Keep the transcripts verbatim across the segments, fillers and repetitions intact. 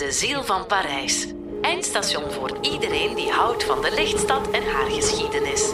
de ziel van Parijs. Eindstation voor iedereen die houdt van de lichtstad en haar geschiedenis.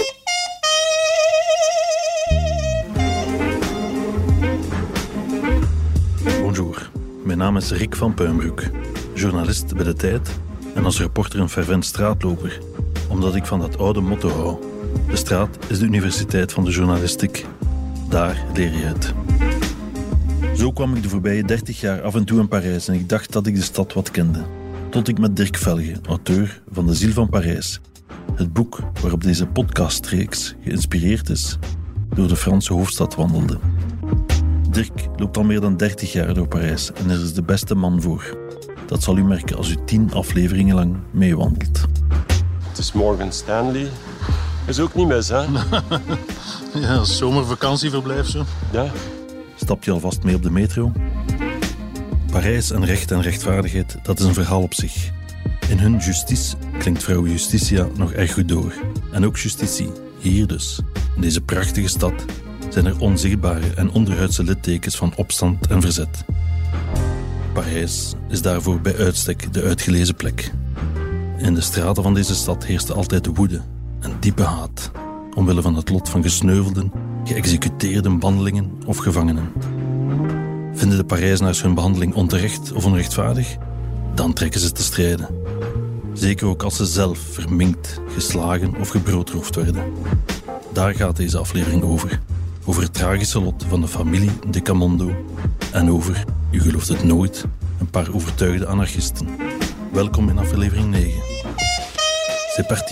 Bonjour, mijn naam is Rick van Puimbroek, journalist bij De Tijd en als reporter een fervent straatloper, omdat ik van dat oude motto hou. De straat is de universiteit van de journalistiek. Daar leer je het. Zo kwam ik de voorbije dertig jaar af en toe in Parijs en ik dacht dat ik de stad wat kende. Tot ik met Dirk Velge, auteur van De Ziel van Parijs, het boek waarop deze podcastreeks geïnspireerd is, door de Franse hoofdstad wandelde. Dirk loopt al meer dan dertig jaar door Parijs en er is de beste man voor. Dat zal u merken als u tien afleveringen lang meewandelt. Het is Morgan Stanley. Dat is ook niet mis, hè? Ja, zomervakantieverblijf zo. Ja. Stap je alvast mee op de metro? Parijs en recht en rechtvaardigheid, dat is een verhaal op zich. In hun justice klinkt vrouw Justitia nog erg goed door. En ook justitie, hier dus, in deze prachtige stad, zijn er onzichtbare en onderhuidse littekens van opstand en verzet. Parijs is daarvoor bij uitstek de uitgelezen plek. In de straten van deze stad heerste altijd woede en diepe haat, omwille van het lot van gesneuvelden, geëxecuteerden bandelingen of gevangenen. Vinden de Parijzenaars hun behandeling onterecht of onrechtvaardig? Dan trekken ze te strijden. Zeker ook als ze zelf verminkt, geslagen of gebroodroofd werden. Daar gaat deze aflevering over. Over het tragische lot van de familie de Camondo. En over, u gelooft het nooit, een paar overtuigde anarchisten. Welkom in aflevering negen. C'est parti.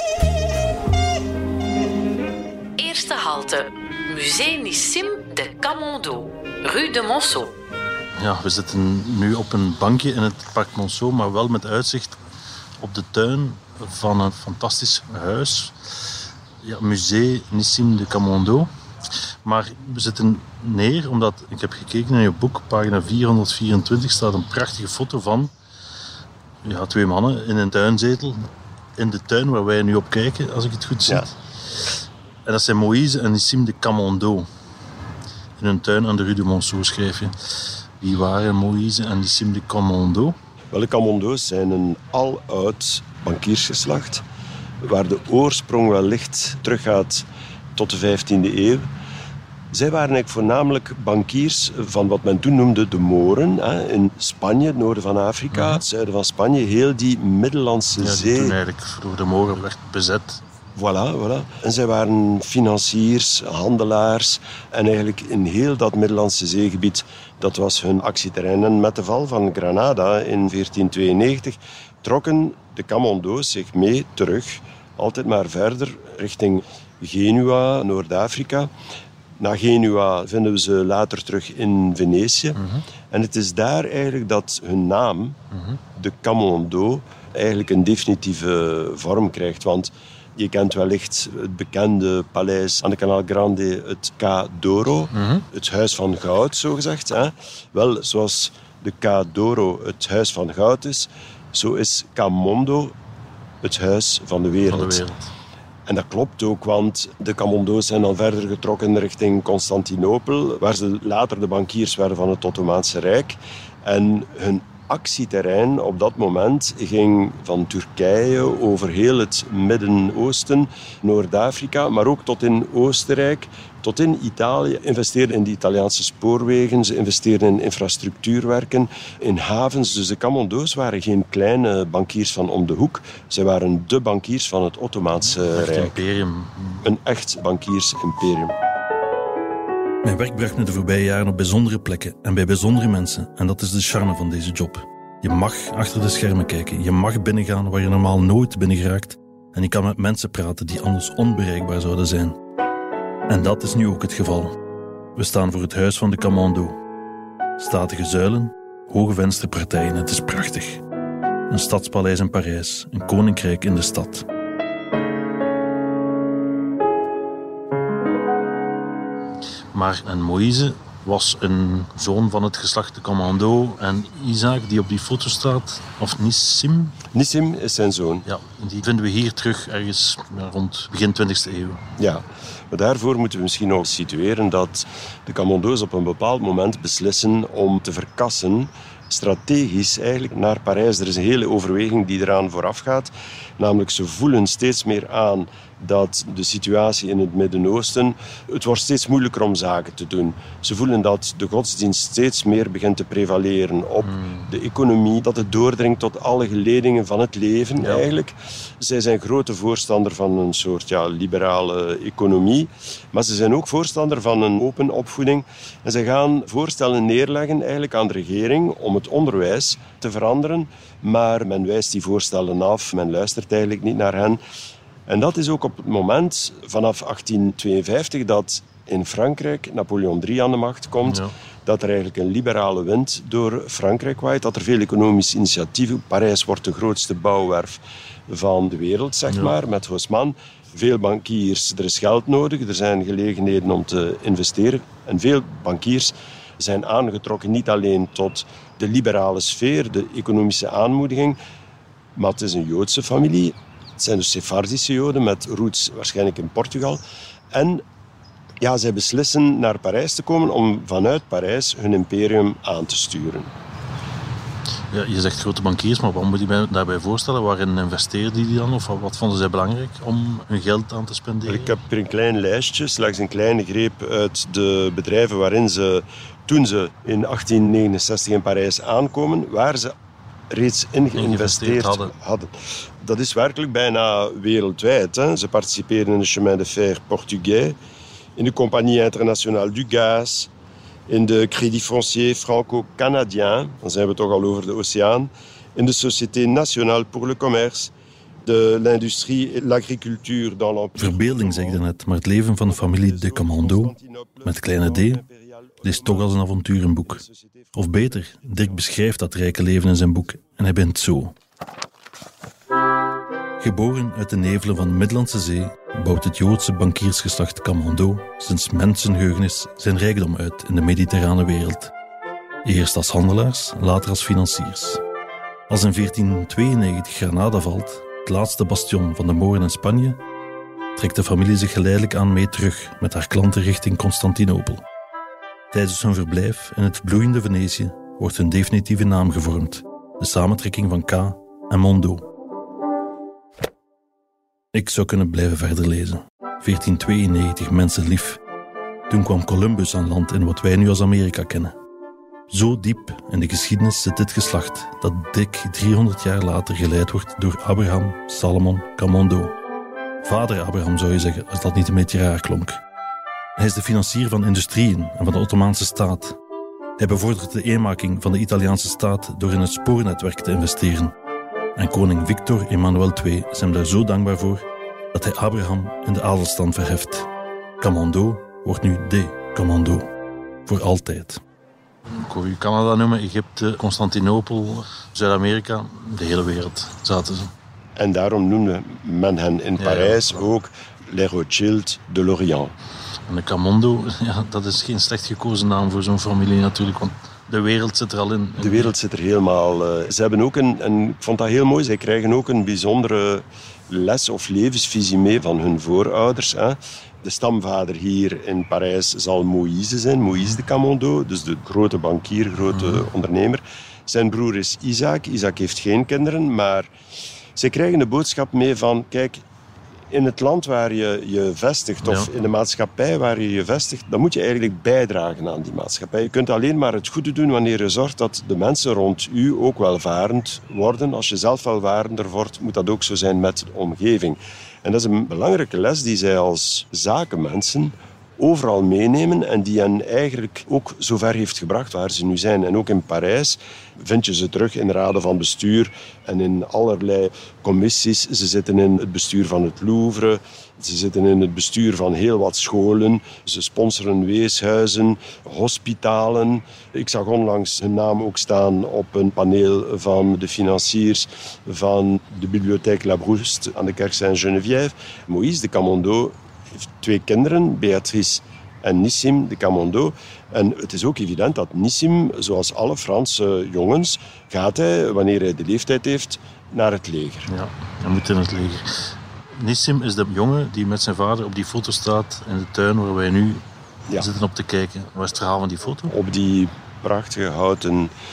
Eerste halte. Musée Nissim de Camondo. Rue de Monceau. Ja, we zitten nu op een bankje in het Parc Monceau, maar wel met uitzicht op de tuin van een fantastisch huis. Ja, Musée Nissim de Camondo. Maar we zitten neer, omdat ik heb gekeken in je boek, pagina vierhonderdvierentwintig, staat een prachtige foto van ja, twee mannen in een tuinzetel. In de tuin waar wij nu op kijken, als ik het goed zie. Ja. En dat zijn Moïse en Nissim de Camondo. In een tuin aan de Rue de Monceau schrijf je. Wie waren Moïse en Nissim de Camondo? Wel, de Camondo's zijn een aloud bankiersgeslacht, waar de oorsprong wellicht teruggaat tot de vijftiende eeuw. Zij waren eigenlijk voornamelijk bankiers van wat men toen noemde de Moren. Hè, in Spanje, het noorden van Afrika, ja. Het zuiden van Spanje, heel die Middellandse ja, Zee. Die toen eigenlijk door de Moren werd bezet. Voilà, voilà. En zij waren financiers, handelaars en eigenlijk in heel dat Middellandse zeegebied, dat was hun actieterrein. En met de val van Granada in veertien tweeënnegentig trokken de Camondo's zich mee terug, altijd maar verder richting Genua, Noord-Afrika. Na Genua vinden we ze later terug in Venetië. Mm-hmm. En het is daar eigenlijk dat hun naam, mm-hmm. de Camondo, eigenlijk een definitieve vorm krijgt. Want je kent wellicht het bekende paleis aan de Canal Grande, het Ca d'Oro, mm-hmm. het Huis van Goud, zogezegd. Hè? Wel, zoals de Ca d'Oro het Huis van Goud is, zo is Camondo het Huis van de Wereld. Van de wereld. En dat klopt ook, want de Camondo's zijn dan verder getrokken richting Constantinopel, waar ze later de bankiers werden van het Ottomaanse Rijk. En hun actieterrein op dat moment ging van Turkije over heel het Midden-Oosten, Noord-Afrika, maar ook tot in Oostenrijk, tot in Italië. Investeerden in de Italiaanse spoorwegen, ze investeerden in infrastructuurwerken, in havens. Dus de Camondo's waren geen kleine bankiers van om de hoek. Ze waren de bankiers van het Ottomaanse Rijk. Rijk. Imperium. Een echt bankiersimperium. Mijn werk bracht me de voorbije jaren op bijzondere plekken en bij bijzondere mensen. En dat is de charme van deze job. Je mag achter de schermen kijken. Je mag binnengaan waar je normaal nooit binnen geraakt. En je kan met mensen praten die anders onbereikbaar zouden zijn. En dat is nu ook het geval. We staan voor het huis van de Camondo. Statige zuilen, hoge vensterpartijen, het is prachtig. Een stadspaleis in Parijs, een koninkrijk in de stad. Maar en Moïse was een zoon van het geslacht de Camondo. En Isaac, die op die foto staat, of Nissim? Nissim is zijn zoon. Ja, die vinden we hier terug ergens ja, rond begin twintigste eeuw. Ja, maar daarvoor moeten we misschien nog situeren dat de Camondo's op een bepaald moment beslissen om te verkassen strategisch eigenlijk naar Parijs. Er is een hele overweging die eraan vooraf gaat. Namelijk, ze voelen steeds meer aan dat de situatie in het Midden-Oosten... Het wordt steeds moeilijker om zaken te doen. Ze voelen dat de godsdienst steeds meer begint te prevaleren op hmm. de economie. Dat het doordringt tot alle geledingen van het leven ja. eigenlijk. Zij zijn grote voorstander van een soort ja, liberale economie. Maar ze zijn ook voorstander van een open opvoeding. En ze gaan voorstellen neerleggen eigenlijk aan de regering om het onderwijs te veranderen. Maar men wijst die voorstellen af. Men luistert eigenlijk niet naar hen. En dat is ook op het moment, vanaf achttien tweeënvijftig, dat in Frankrijk Napoleon drie aan de macht komt. Ja. Dat er eigenlijk een liberale wind door Frankrijk waait. Dat er veel economische initiatieven... Parijs wordt de grootste bouwwerf van de wereld, zeg ja. maar, met Haussmann. Veel bankiers, er is geld nodig, er zijn gelegenheden om te investeren. En veel bankiers zijn aangetrokken niet alleen tot de liberale sfeer, de economische aanmoediging, maar het is een Joodse familie. Het zijn dus Sephardische Joden met roots waarschijnlijk in Portugal. En ja, zij beslissen naar Parijs te komen om vanuit Parijs hun imperium aan te sturen. Ja, je zegt grote bankiers, maar wat moet je mij daarbij voorstellen? Waarin investeerden die dan? Of wat vonden zij belangrijk om hun geld aan te spenderen? Ik heb hier een klein lijstje, slechts een kleine greep uit de bedrijven waarin ze, toen ze in achttien negenenzestig in Parijs aankomen, waar ze reeds in geïnvesteerd hadden. hadden. Dat is werkelijk bijna wereldwijd. Hè. Ze participeren in de Chemin de Fer Portugais, in de Compagnie Internationale du Gaz, in de Crédit Foncier Franco-Canadien, dan zijn we toch al over de oceaan, in de Société Nationale pour le Commerce, de l'industrie et l'agriculture dans l'Empire. Verbeelding, zeg je net, maar het leven van de familie de Camondo, met kleine D, leest toch als een avonturenboek. Of beter, Dirk beschrijft dat rijke leven in zijn boek en hij begint zo. Geboren uit de nevelen van de Middellandse Zee bouwt het Joodse bankiersgeslacht Camondo sinds mensenheugenis zijn rijkdom uit in de mediterrane wereld. Eerst als handelaars, later als financiers. Als in veertien tweeënnegentig Granada valt, het laatste bastion van de Moren in Spanje, trekt de familie zich geleidelijk aan mee terug met haar klanten richting Constantinopel. Tijdens hun verblijf in het bloeiende Venetië wordt hun definitieve naam gevormd, de samentrekking van K en Mondo. Ik zou kunnen blijven verder lezen. veertien tweeënnegentig, mensen lief. Toen kwam Columbus aan land in wat wij nu als Amerika kennen. Zo diep in de geschiedenis zit dit geslacht dat dik driehonderd jaar later geleid wordt door Abraham Salomon Camondo. Vader Abraham zou je zeggen, als dat niet een beetje raar klonk. Hij is de financier van industrieën en van de Ottomaanse staat. Hij bevordert de eenmaking van de Italiaanse staat door in het spoornetwerk te investeren. En koning Victor Emmanuel de Tweede is hem daar zo dankbaar voor dat hij Abraham in de adelstand verheft. Camondo wordt nu de Camondo. Voor altijd. Ik hoor je Canada noemen, Egypte, Constantinopel, Zuid-Amerika, de hele wereld zaten ze. En daarom noemde men hen in Parijs ja, ja. ook les Rothschild de l'Orient. En de Camondo, ja, dat is geen slecht gekozen naam voor zo'n familie natuurlijk, want de wereld zit er al in. De wereld zit er helemaal. Uh, ze hebben ook een, en ik vond dat heel mooi, zij krijgen ook een bijzondere les of levensvisie mee van hun voorouders. Hè. De stamvader hier in Parijs zal Moïse zijn, Moïse de Camondo, dus de grote bankier, grote mm-hmm. ondernemer. Zijn broer is Isaac. Isaac heeft geen kinderen, maar zij krijgen de boodschap mee van, kijk, in het land waar je je vestigt, of ja. in de maatschappij waar je je vestigt, dan moet je eigenlijk bijdragen aan die maatschappij. Je kunt alleen maar het goede doen wanneer je zorgt dat de mensen rond u ook welvarend worden. Als je zelf welvarender wordt, moet dat ook zo zijn met de omgeving. En dat is een belangrijke les die zij als zakenmensen overal meenemen en die hen eigenlijk ook zover heeft gebracht waar ze nu zijn. En ook in Parijs vind je ze terug in raden van bestuur en in allerlei commissies. Ze zitten in het bestuur van het Louvre, ze zitten in het bestuur van heel wat scholen. Ze sponsoren weeshuizen, hospitalen. Ik zag onlangs hun naam ook staan op een paneel van de financiers van de Bibliothèque Labrouste aan de kerk Saint-Geneviève. Moïse de Camondo heeft twee kinderen, Béatrice en Nissim de Camondo. En het is ook evident dat Nissim, zoals alle Franse jongens, gaat hij, wanneer hij de leeftijd heeft, naar het leger. Ja, hij moet in het leger. Nissim is de jongen die met zijn vader op die foto staat in de tuin waar wij nu ja. zitten op te kijken. Wat is het verhaal van die foto? Op die prachtige houten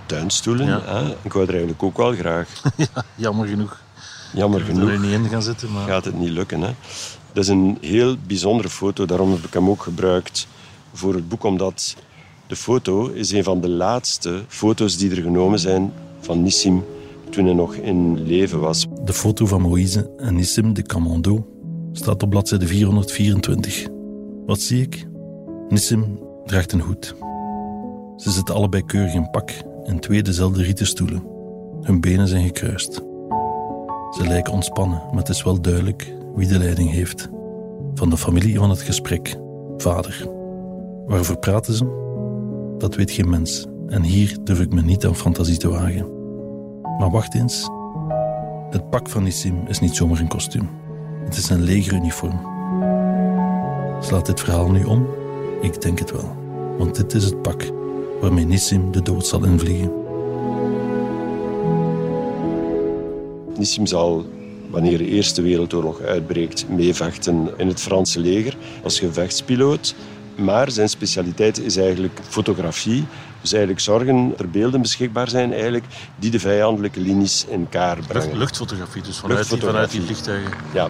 tuinstoelen. Ja. Hè? Ik wou er eigenlijk ook wel graag. Ja, jammer genoeg. Jammer Ik kan genoeg er niet in gaan zitten. Maar... gaat het niet lukken. Hè? Dat is een heel bijzondere foto. Daarom heb ik hem ook gebruikt voor het boek. Omdat de foto is een van de laatste foto's die er genomen zijn van Nissim toen hij nog in leven was. De foto van Moïse en Nissim de Camondo staat op bladzijde vierhonderdvierentwintig. Wat zie ik? Nissim draagt een hoed. Ze zitten allebei keurig in pak in twee dezelfde rieten stoelen. Hun benen zijn gekruist. Ze lijken ontspannen, maar het is wel duidelijk wie de leiding heeft. Van de familie van het gesprek, vader. Waarover praten ze? Dat weet geen mens. En hier durf ik me niet aan fantasie te wagen. Maar wacht eens. Het pak van Nissim is niet zomaar een kostuum. Het is een legeruniform. Slaat dit verhaal nu om? Ik denk het wel. Want dit is het pak waarmee Nissim de dood zal invliegen. Nissim zal, wanneer de Eerste Wereldoorlog uitbreekt, meevechten in het Franse leger als gevechtspiloot. Maar zijn specialiteit is eigenlijk fotografie. Dus eigenlijk zorgen dat er beelden beschikbaar zijn eigenlijk, die de vijandelijke linies in kaart brengen. Lucht, luchtfotografie, dus vanuit, Luchtfotografie. Die, vanuit die vliegtuigen. Ja.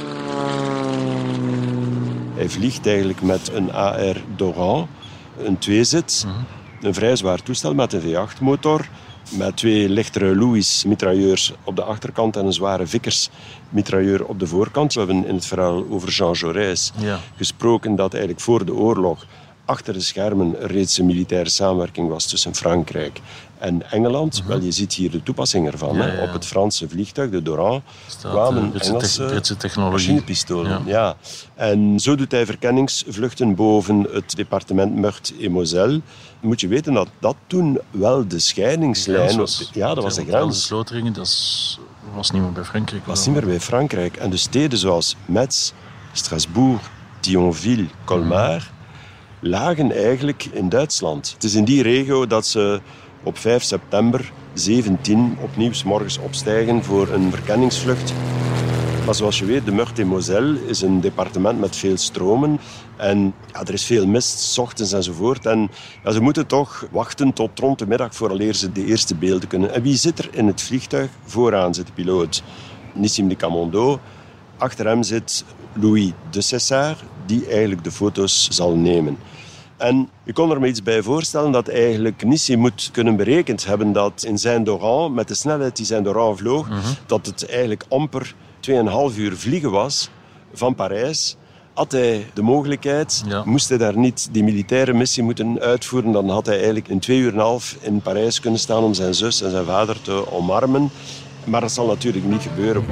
Hij vliegt eigenlijk met een A R Doran, een tweezit, mm-hmm. een vrij zwaar toestel met een V acht motor, met twee lichtere Louis-mitrailleurs op de achterkant en een zware Vickers-mitrailleur op de voorkant. We hebben in het verhaal over Jean Jaurès ja. gesproken dat eigenlijk voor de oorlog achter de schermen reeds een militaire samenwerking was tussen Frankrijk en Engeland. Mm-hmm. Wel, je ziet hier de toepassing ervan. Ja, hè. ja. Op het Franse vliegtuig, de Doran, Staat, kwamen Britse Engelse te- Britse technologie. machinepistolen. Ja. Ja. En zo doet hij verkenningsvluchten boven het departement Meurthe-et-Moselle. Moet je weten dat dat toen wel de scheidingslijn was. Ja, dat was de De grens. Sloteringen, dat is, was niet meer bij Frankrijk. was niet meer bij Frankrijk. En de steden zoals Metz, Strasbourg, Thionville, Colmar lagen eigenlijk in Duitsland. Het is in die regio dat ze op vijf september zeventien opnieuw 's morgens opstijgen voor een verkenningsvlucht. Maar zoals je weet, de Meurthe-et-Moselle is een departement met veel stromen. En ja, er is veel mist, 's ochtends enzovoort. En ja, ze moeten toch wachten tot rond de middag vooraleer ze de eerste beelden kunnen. En wie zit er in het vliegtuig? Vooraan zit de piloot Nissim de Camondo. Achter hem zit Louis de César, die eigenlijk de foto's zal nemen. En je kon er me iets bij voorstellen dat eigenlijk Nissim moet kunnen berekend hebben dat in zijn Doran, met de snelheid die zijn Doran vloog, mm-hmm. dat het eigenlijk amper tweeënhalf uur vliegen was van Parijs. Had hij de mogelijkheid, ja. moest hij daar niet die militaire missie moeten uitvoeren, dan had hij eigenlijk in twee uur en een half in Parijs kunnen staan om zijn zus en zijn vader te omarmen. Maar dat zal natuurlijk niet gebeuren.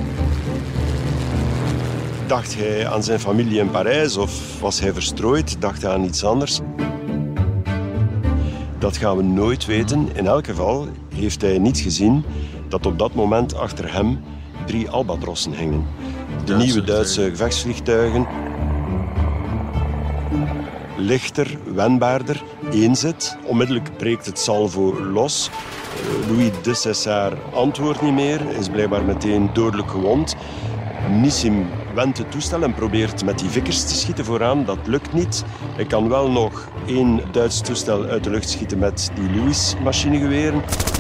Dacht hij aan zijn familie in Parijs of was hij verstrooid? Dacht hij aan iets anders? Dat gaan we nooit weten. In elk geval heeft hij niet gezien dat op dat moment achter hem drie albatrossen hingen. De Duitse nieuwe Duitse gevechtsvliegtuigen. Lichter, wendbaarder, één-zit. Onmiddellijk breekt het salvo los. Louis de César antwoordt niet meer, is blijkbaar meteen dodelijk gewond. Nissim wendt het toestel en probeert met die Vickers te schieten vooraan. Dat lukt niet. Hij kan wel nog één Duits toestel uit de lucht schieten met die Louis-machinegeweren.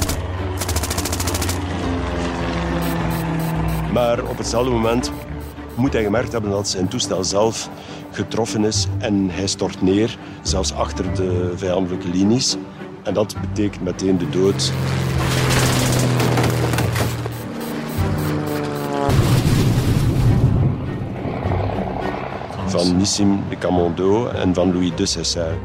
Maar op hetzelfde moment moet hij gemerkt hebben dat zijn toestel zelf getroffen is en hij stort neer, zelfs achter de vijandelijke linies. En dat betekent meteen de dood. Van Nissim de Camondo en van Louis de César.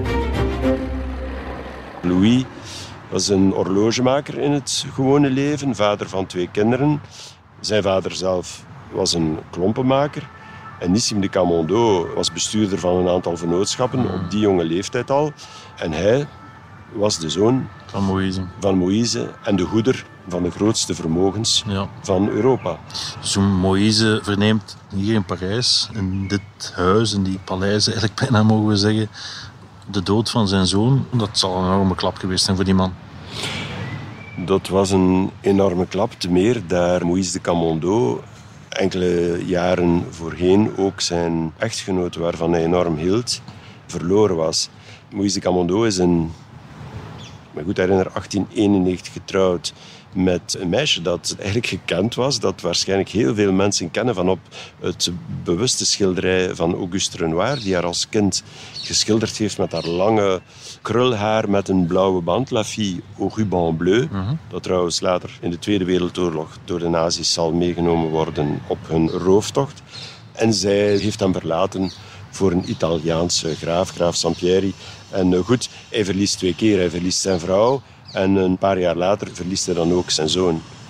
Louis was een horlogemaker in het gewone leven, vader van twee kinderen. Zijn vader zelf was een klompenmaker. En Nissim de Camondo was bestuurder van een aantal vennootschappen op die jonge leeftijd al. En hij was de zoon van Moïse. van Moïse en de hoeder van de grootste vermogens ja. van Europa. Dus Moïse verneemt hier in Parijs, in dit huis, in die paleizen, eigenlijk bijna mogen we zeggen, de dood van zijn zoon. Dat zal een enorme klap geweest zijn voor die man. Dat was een enorme klap, te meer daar Moïse de Camondo enkele jaren voorheen ook zijn echtgenoot, waarvan hij enorm hield, verloren was. Moïse de Camondo is een me goed herinner, achttien eenennegentig getrouwd met een meisje dat eigenlijk gekend was, dat waarschijnlijk heel veel mensen kennen van op het bewuste schilderij van Auguste Renoir, die haar als kind geschilderd heeft met haar lange krulhaar met een blauwe band, La Fille au ruban bleu, mm-hmm. dat trouwens later in de Tweede Wereldoorlog door de nazi's zal meegenomen worden op hun rooftocht. En zij heeft hem verlaten voor een Italiaanse graaf, graaf Sampieri. En goed, hij verliest twee keer. Hij verliest zijn vrouw en een paar jaar later verliest hij dan ook zijn zoon.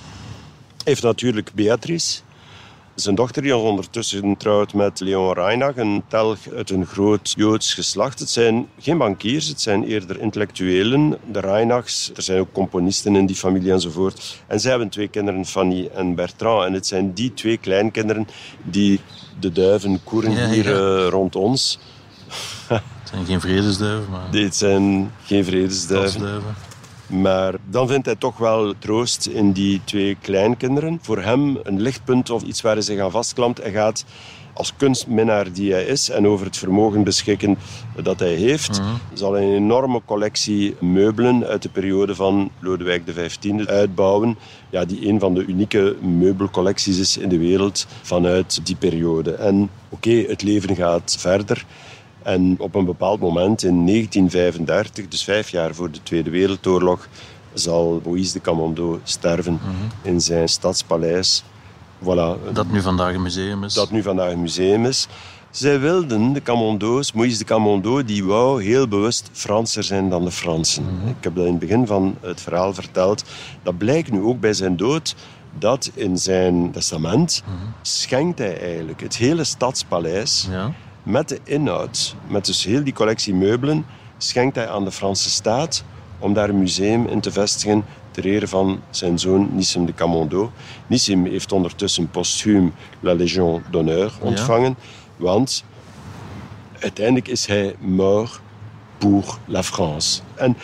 Hij heeft natuurlijk Beatrice, zijn dochter, die ondertussen trouwt met Leon Reinach, een telg uit een groot Joods geslacht. Het zijn geen bankiers, het zijn eerder intellectuelen, de Reinachs. Er zijn ook componisten in die familie enzovoort. En zij hebben twee kinderen, Fanny en Bertrand. En het zijn die twee kleinkinderen die de duiven koeren ja, hier ja. Uh, rond ons. Het zijn geen vredesduiven, maar... Nee, het zijn geen vredesduiven. Maar dan vindt hij toch wel troost in die twee kleinkinderen. Voor hem een lichtpunt of iets waar hij zich aan vastklampt. Hij gaat als kunstminnaar die hij is en over het vermogen beschikken dat hij heeft, mm-hmm. zal hij een enorme collectie meubelen uit de periode van Lodewijk de vijftiende uitbouwen. Ja, die een van de unieke meubelcollecties is in de wereld vanuit die periode. En oké, okay, het leven gaat verder. En op een bepaald moment, in negentien vijfendertig, dus vijf jaar voor de Tweede Wereldoorlog, zal Moïse de Camondo sterven mm-hmm. in zijn stadspaleis. Voilà. Dat nu vandaag een museum is. Dat nu vandaag een museum is. Zij wilden, de Camondo's, Moïse de Camondo, die wou heel bewust Franser zijn dan de Fransen. Mm-hmm. Ik heb dat in het begin van het verhaal verteld. Dat blijkt nu ook bij zijn dood, dat in zijn testament mm-hmm. schenkt hij eigenlijk het hele stadspaleis... Ja. Met de inhoud, met dus heel die collectie meubelen, schenkt hij aan de Franse staat om daar een museum in te vestigen ter ere van zijn zoon Nissim de Camondo. Nissim heeft ondertussen postuum la Légion d'honneur ontvangen, ja. want uiteindelijk is hij mort pour la France. En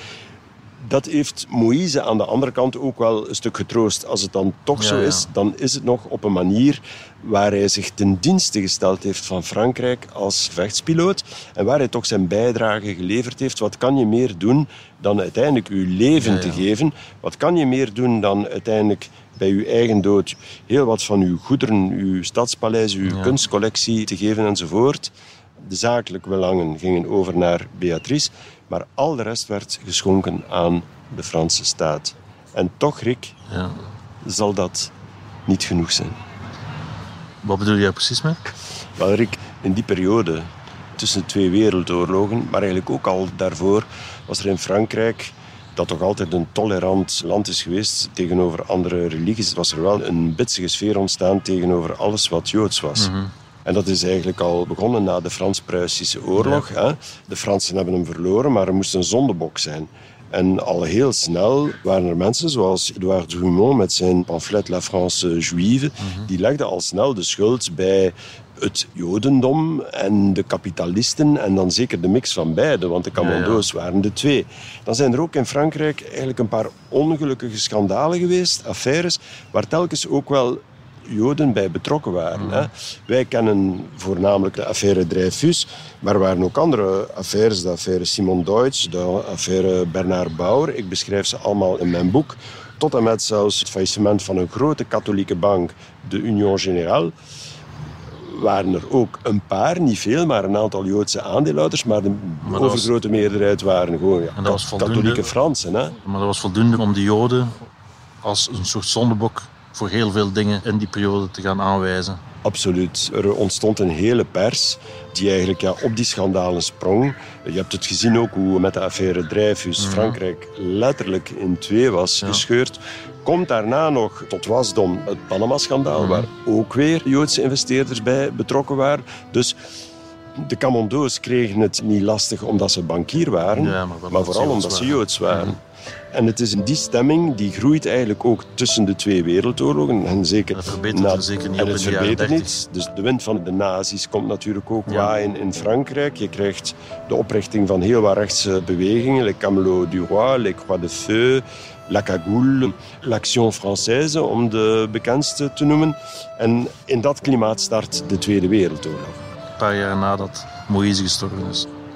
dat heeft Moïse aan de andere kant ook wel een stuk getroost. Als het dan toch ja, zo is, ja. dan is het nog op een manier waar hij zich ten dienste gesteld heeft van Frankrijk als vechtspiloot en waar hij toch zijn bijdrage geleverd heeft. Wat kan je meer doen dan uiteindelijk uw leven ja, ja. te geven? Wat kan je meer doen dan uiteindelijk bij uw eigen dood heel wat van uw goederen, uw stadspaleis, uw ja. kunstcollectie te geven enzovoort? De zakelijke belangen gingen over naar Beatrice, maar al de rest werd geschonken aan de Franse staat. En toch, Rick, ja. zal dat niet genoeg zijn. Wat bedoel jij precies mee? Wel, Rick, in die periode tussen de twee wereldoorlogen, maar eigenlijk ook al daarvoor, was er in Frankrijk, dat toch altijd een tolerant land is geweest tegenover andere religies, was er wel een bitsige sfeer ontstaan tegenover alles wat Joods was. Mm-hmm. En dat is eigenlijk al begonnen na de Frans-Pruisische oorlog. Ja. Hè? De Fransen hebben hem verloren, maar er moest een zondebok zijn. En al heel snel waren er mensen zoals Edouard Drummond met zijn pamflet La France Juive. Mm-hmm. Die legden al snel de schuld bij het jodendom en de kapitalisten en dan zeker de mix van beide, want de Camondo's ja, ja. waren de twee. Dan zijn er ook in Frankrijk eigenlijk een paar ongelukkige schandalen geweest, affaires, waar telkens ook wel Joden bij betrokken waren. Mm. Hè. Wij kennen voornamelijk de affaire Dreyfus, maar er waren ook andere affaires, de affaire Simon Deutsch, de affaire Bernard Bauer. Ik beschrijf ze allemaal in mijn boek. Tot en met zelfs het faillissement van een grote katholieke bank, de Union Générale, waren er ook een paar, niet veel, maar een aantal Joodse aandeelhouders, maar de maar overgrote was... meerderheid waren gewoon ja, dat katholieke Fransen. Hè. Maar dat was voldoende om de Joden als een soort zondebok voor heel veel dingen in die periode te gaan aanwijzen. Absoluut. Er ontstond een hele pers die eigenlijk ja, op die schandalen sprong. Je hebt het gezien ook hoe met de affaire Dreyfus mm-hmm. Frankrijk letterlijk in twee was ja. gescheurd. Komt daarna nog tot wasdom het Panama-schandaal, mm-hmm. waar ook weer Joodse investeerders bij betrokken waren. Dus de Camondo's kregen het niet lastig omdat ze bankier waren, ja, maar, maar vooral omdat waren. ze Joods waren. Mm-hmm. En het is in die stemming, die groeit eigenlijk ook tussen de twee wereldoorlogen. En zeker, dat verbetert na, zeker niet en op het in de verbetert niet. Dus de wind van de nazi's komt natuurlijk ook ja. waaien in Frankrijk. Je krijgt de oprichting van heel wat rechtse bewegingen. Les Camelots du Roi, Les Croix de Feu, La Cagoule, l'Action Française, om de bekendste te noemen. En in dat klimaat start de Tweede Wereldoorlog. Een paar jaar nadat Moïse gestorven is.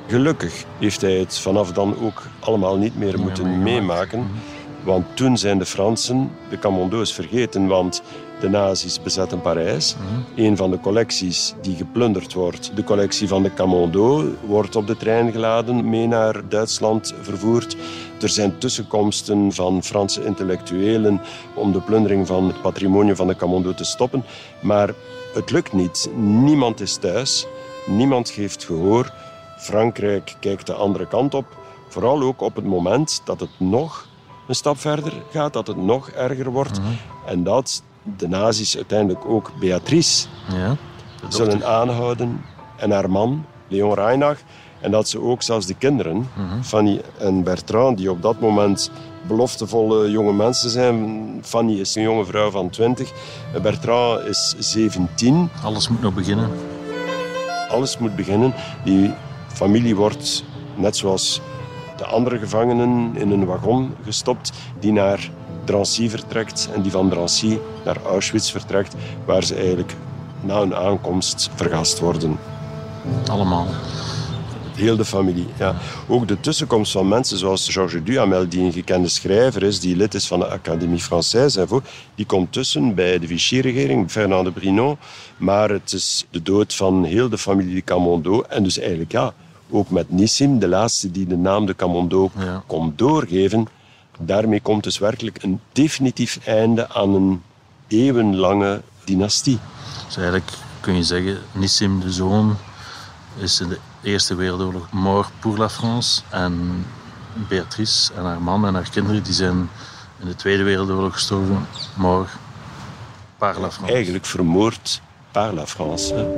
Gelukkig heeft hij het vanaf dan ook allemaal niet meer moeten meemaken. Want toen zijn de Fransen de Camondo's vergeten, want de nazi's bezetten Parijs. Mm-hmm. Een van de collecties die geplunderd wordt, de collectie van de Camondo, wordt op de trein geladen, mee naar Duitsland vervoerd. Er zijn tussenkomsten van Franse intellectuelen om de plundering van het patrimonium van de Camondo te stoppen. Maar het lukt niet. Niemand is thuis. Niemand geeft gehoor. Frankrijk kijkt de andere kant op. Vooral ook op het moment dat het nog een stap verder gaat, dat het nog erger wordt. Mm-hmm. En dat de nazi's uiteindelijk ook Beatrice ja, zullen aanhouden en haar man, Léon Reinach. En dat ze ook zelfs de kinderen, mm-hmm. Fanny en Bertrand, die op dat moment beloftevolle jonge mensen zijn. Fanny is een jonge vrouw van twintig, Bertrand is zeventien. Alles moet nog beginnen. Alles moet beginnen. Die familie wordt, net zoals de andere gevangenen, in een wagon gestopt die naar Drancy vertrekt en die van Drancy naar Auschwitz vertrekt, waar ze eigenlijk na hun aankomst vergast worden. Allemaal. Heel de familie, ja. Ook de tussenkomst van mensen zoals Georges Duhamel, die een gekende schrijver is, die lid is van de Académie Française, en voor, die komt tussen bij de Vichy-regering, Fernand de Brinon. Maar het is de dood van heel de familie de Camondo. En dus eigenlijk, ja, ook met Nissim, de laatste die de naam de Camondo ja. kon doorgeven. Daarmee komt dus werkelijk een definitief einde aan een eeuwenlange dynastie. Dus eigenlijk kun je zeggen, Nissim de zoon is in de Eerste Wereldoorlog mort pour la France. En Beatrice en haar man en haar kinderen die zijn in de Tweede Wereldoorlog gestorven, mort par la France. Eigenlijk vermoord par la France. Hè.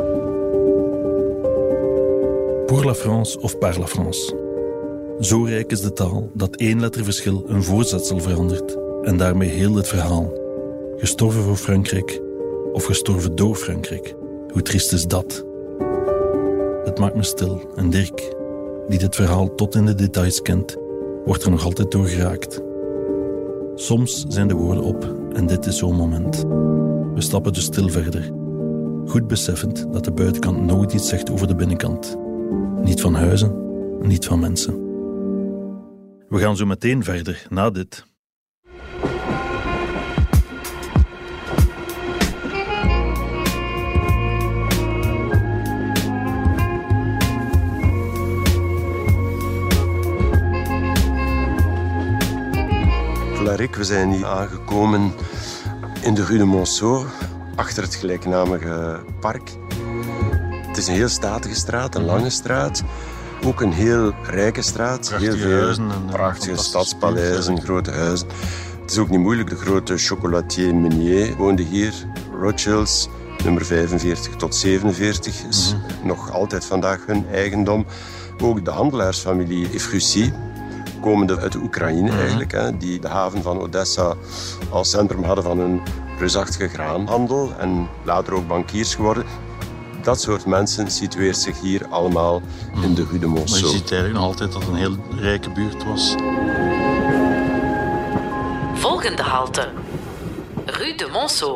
Pour la France of par la France. Zo rijk is de taal dat één letterverschil een voorzetsel verandert en daarmee heel het verhaal. Gestorven voor Frankrijk of gestorven door Frankrijk. Hoe triest is dat? Het maakt me stil en Dirk, die dit verhaal tot in de details kent, wordt er nog altijd door geraakt. Soms zijn de woorden op en dit is zo'n moment. We stappen dus stil verder, goed beseffend dat de buitenkant nooit iets zegt over de binnenkant. Niet van huizen, niet van mensen. We gaan zo meteen verder, na dit. Claric, we zijn hier aangekomen in de Rue de Monceau, achter het gelijknamige park. Het is een heel statige straat, een lange straat. Ook een heel rijke straat. Prachtige heel veel huizen en prachtige stadspaleizen, grote huizen. Het is ook niet moeilijk. De grote chocolatier Meunier woonde hier. Rothschilds, nummer vijfenveertig tot zevenenveertig, is mm-hmm. nog altijd vandaag hun eigendom. Ook de handelaarsfamilie Evfrussi, komende uit de Oekraïne mm-hmm. eigenlijk, hè, die de haven van Odessa als centrum hadden van een reusachtige graanhandel en later ook bankiers geworden. Dat soort mensen situeert zich hier allemaal in de Rue de Monceau. Maar je ziet eigenlijk nog altijd dat het een heel rijke buurt was. Volgende halte. Rue de Monceau.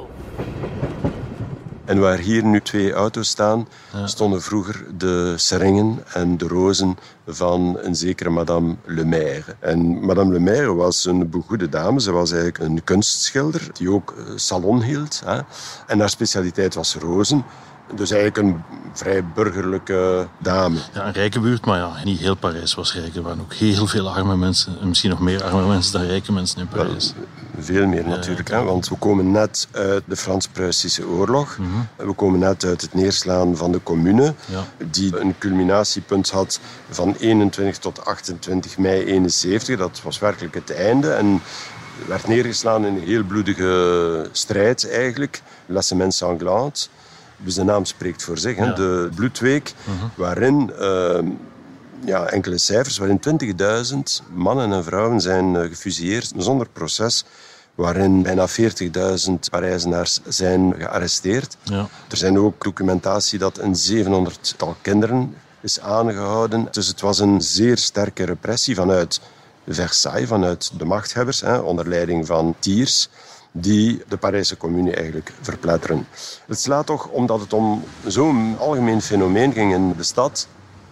En waar hier nu twee auto's staan, ja. stonden vroeger de seringen en de rozen van een zekere Madame Le Maire. En Madame Le Maire was een begoede dame. Ze was eigenlijk een kunstschilder die ook salon hield. Hè. En haar specialiteit was rozen. Dus eigenlijk een vrij burgerlijke dame. Ja, een rijke buurt, maar ja, niet heel Parijs was rijk. Er waren ook heel veel arme mensen. En misschien nog meer arme mensen dan rijke mensen in Parijs. Wel, veel meer natuurlijk, ja, hè, want we komen net uit de Frans-Pruisische oorlog. Mm-hmm. We komen net uit het neerslaan van de Commune, ja. die een culminatiepunt had van eenentwintig tot achtentwintig mei eenenzeventig. Dat was werkelijk het einde en werd neergeslaan in een heel bloedige strijd eigenlijk. La Semaine Sanglante. Dus de naam spreekt voor zich, ja. de bloedweek, uh-huh. waarin uh, ja, enkele cijfers, waarin twintigduizend mannen en vrouwen zijn uh, gefusilleerd zonder proces, waarin bijna veertigduizend Parijzenaars zijn gearresteerd. Ja. Er zijn ook documentatie dat een zevenhonderdtal kinderen is aangehouden. Dus het was een zeer sterke repressie vanuit Versailles, vanuit de machthebbers, hè, onder leiding van Thiers, die de Parijse Commune eigenlijk verpletteren. Het slaat toch, omdat het om zo'n algemeen fenomeen ging in de stad,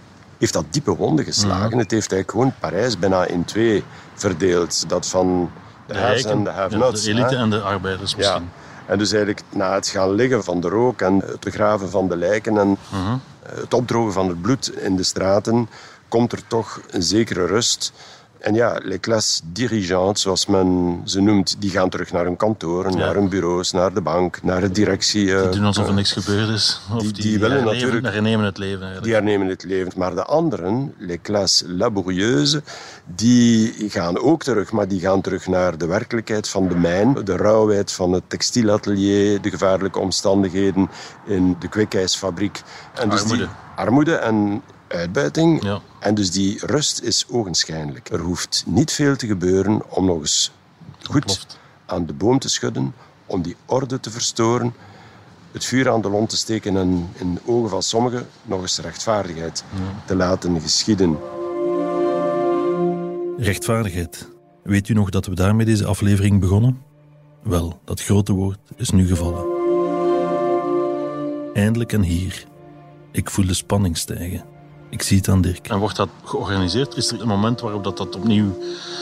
heeft dat diepe wonden geslagen. Mm-hmm. Het heeft eigenlijk gewoon Parijs bijna in twee verdeeld. Dat van de, de haves en de have-nots. De elite hè? En de arbeiders misschien. Ja. En dus eigenlijk na het gaan liggen van de rook en het begraven van de lijken en mm-hmm. het opdrogen van het bloed in de straten, komt er toch een zekere rust. En ja, les classes dirigeantes, zoals men ze noemt, die gaan terug naar hun kantoren, ja. naar hun bureaus, naar de bank, naar de directie. Die doen alsof er niks gebeurd is. Of die, die, die willen hernemen, natuurlijk... hernemen het leven eigenlijk. Die hernemen het leven. Maar de anderen, les classes laborieuses, die gaan ook terug. Maar die gaan terug naar de werkelijkheid van de mijn, de rauwheid van het textielatelier, de gevaarlijke omstandigheden in de kwikijsfabriek. En dus armoede. Die armoede en uitbuiting. Ja. En dus die rust is ogenschijnlijk. Er hoeft niet veel te gebeuren om nog eens goed Ontploft. aan de boom te schudden, om die orde te verstoren, het vuur aan de lont te steken en in de ogen van sommigen nog eens rechtvaardigheid ja. te laten geschieden. Rechtvaardigheid. Weet u nog dat we daarmee deze aflevering begonnen? Wel, dat grote woord is nu gevallen. Eindelijk en hier. Ik voel de spanning stijgen. Ik zie het aan Dirk. En wordt dat georganiseerd? Is er een moment waarop dat, dat opnieuw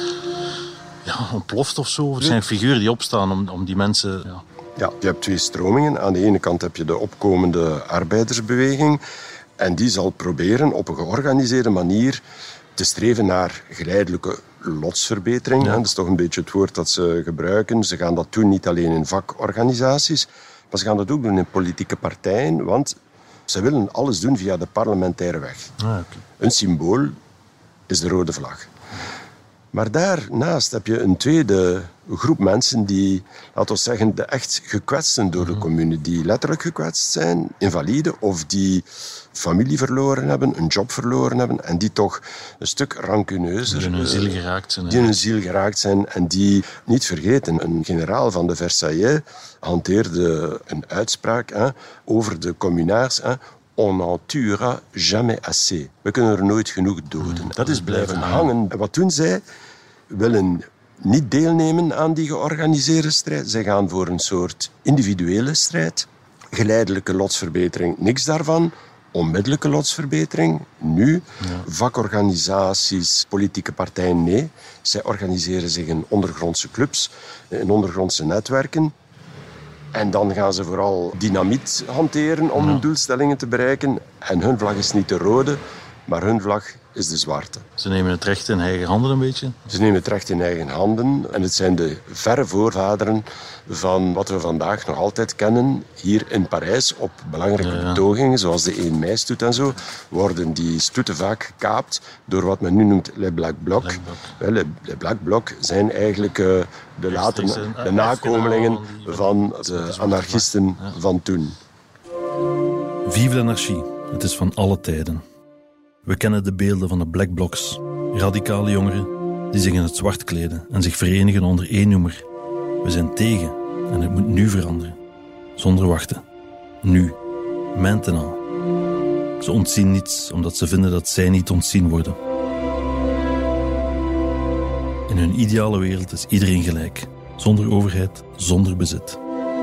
ja, ontploft of zo? Er zijn figuren die opstaan om, om die mensen... Ja. ja, je hebt twee stromingen. Aan de ene kant heb je de opkomende arbeidersbeweging. En die zal proberen op een georganiseerde manier te streven naar geleidelijke lotsverbetering. Ja. Dat is toch een beetje het woord dat ze gebruiken. Ze gaan dat doen niet alleen in vakorganisaties, maar ze gaan dat ook doen in politieke partijen, want ze willen alles doen via de parlementaire weg. Ah, okay. Een symbool is de rode vlag. Maar daarnaast heb je een tweede groep mensen die, laten we zeggen, de echt gekwetsten door de commune, die letterlijk gekwetst zijn, invalide, of die familie verloren hebben, een job verloren hebben, en die toch een stuk rancuneuzer... Die in hun ziel geraakt zijn. Die in hun ziel geraakt zijn en die, niet vergeten, een generaal van de Versaillais hanteerde een uitspraak hè, over de communaars... Hè, on n'en tuera jamais assez. We kunnen er nooit genoeg doden. Dat is blijven hangen. En wat doen zij? Willen niet deelnemen aan die georganiseerde strijd. Zij gaan voor een soort individuele strijd. Geleidelijke lotsverbetering, niks daarvan. Onmiddellijke lotsverbetering, nu. Ja. Vakorganisaties, politieke partijen, nee. Zij organiseren zich in ondergrondse clubs, in ondergrondse netwerken. En dan gaan ze vooral dynamiet hanteren om hun doelstellingen te bereiken. En hun vlag is niet de rode, maar hun vlag is de zwarte. Ze nemen het recht in eigen handen een beetje? Ze nemen het recht in eigen handen. En het zijn de verre voorvaderen van wat we vandaag nog altijd kennen. Hier in Parijs, op belangrijke ja, ja. betogingen, zoals de één mei-stoet en zo, worden die stoeten vaak gekaapt door wat men nu noemt les Black Blocs. Black Bloc. Les, les Black Blocs zijn eigenlijk uh, de, late, de nakomelingen van de anarchisten ja. van toen. Vive l'anarchie. Het is van alle tijden. We kennen de beelden van de Black Blocs. Radicale jongeren die zich in het zwart kleden en zich verenigen onder één noemer. We zijn tegen en het moet nu veranderen. Zonder wachten. Nu. Maintenant. Ze ontzien niets omdat ze vinden dat zij niet ontzien worden. In hun ideale wereld is iedereen gelijk. Zonder overheid, zonder bezit.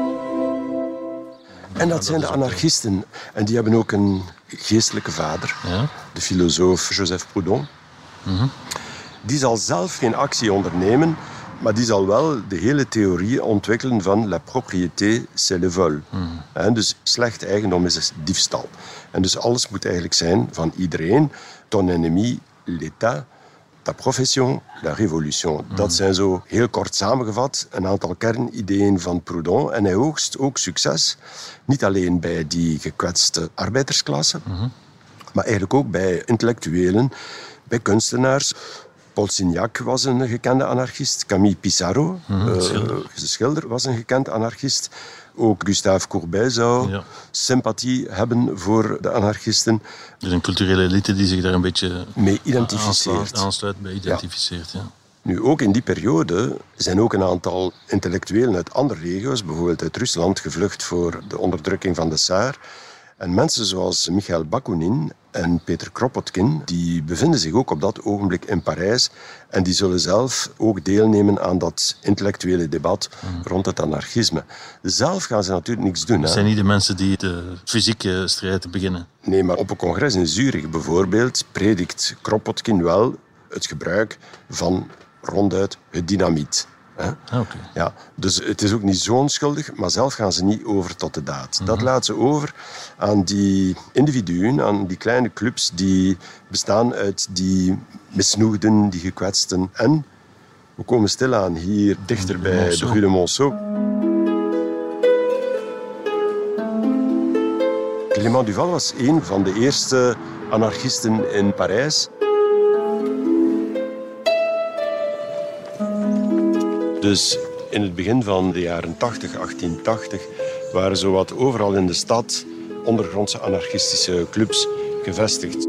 En dat zijn de anarchisten. En die hebben ook een geestelijke vader, ja? de filosoof Joseph Proudhon. Mm-hmm. Die zal zelf geen actie ondernemen, maar die zal wel de hele theorie ontwikkelen van la propriété, c'est le vol. Mm-hmm. En dus slecht eigendom is diefstal. En dus alles moet eigenlijk zijn van iedereen. Ton ennemi, l'État. Ta profession, la révolution. Mm. Dat zijn zo heel kort samengevat een aantal kernideeën van Proudhon. En hij oogst ook succes, niet alleen bij die gekwetste arbeidersklasse, mm-hmm. maar eigenlijk ook bij intellectuelen, bij kunstenaars. Paul Signac was een gekende anarchist. Camille Pissarro, mm-hmm, uh, schilder. de schilder, was een gekend anarchist. Ook Gustave Courbet zou ja. sympathie hebben voor de anarchisten. Er is een culturele elite die zich daar een beetje mee identificeert. Aansluit, bij identificeert. Ja. Ja. Nu, ook in die periode zijn ook een aantal intellectuelen uit andere regio's, bijvoorbeeld uit Rusland, gevlucht voor de onderdrukking van de Tsaar. En mensen zoals Michail Bakunin en Peter Kropotkin, die bevinden zich ook op dat ogenblik in Parijs. En die zullen zelf ook deelnemen aan dat intellectuele debat mm. rond het anarchisme. Zelf gaan ze natuurlijk niks doen. Dat zijn niet de mensen die de fysieke strijd beginnen. Nee, maar op een congres in Zurich bijvoorbeeld predikt Kropotkin wel het gebruik van ronduit het dynamiet. Ah, okay. Ja, dus het is ook niet zo onschuldig, maar zelf gaan ze niet over tot de daad. Mm-hmm. Dat laat ze over aan die individuen, aan die kleine clubs die bestaan uit die misnoegden, die gekwetsten. En we komen stilaan hier dichter bij Monceau. De Rue de Monceau. Clément Duval was een van de eerste anarchisten in Parijs. Dus in het begin van de jaren tachtig, achttien tachtig, waren zowat overal in de stad ondergrondse anarchistische clubs gevestigd.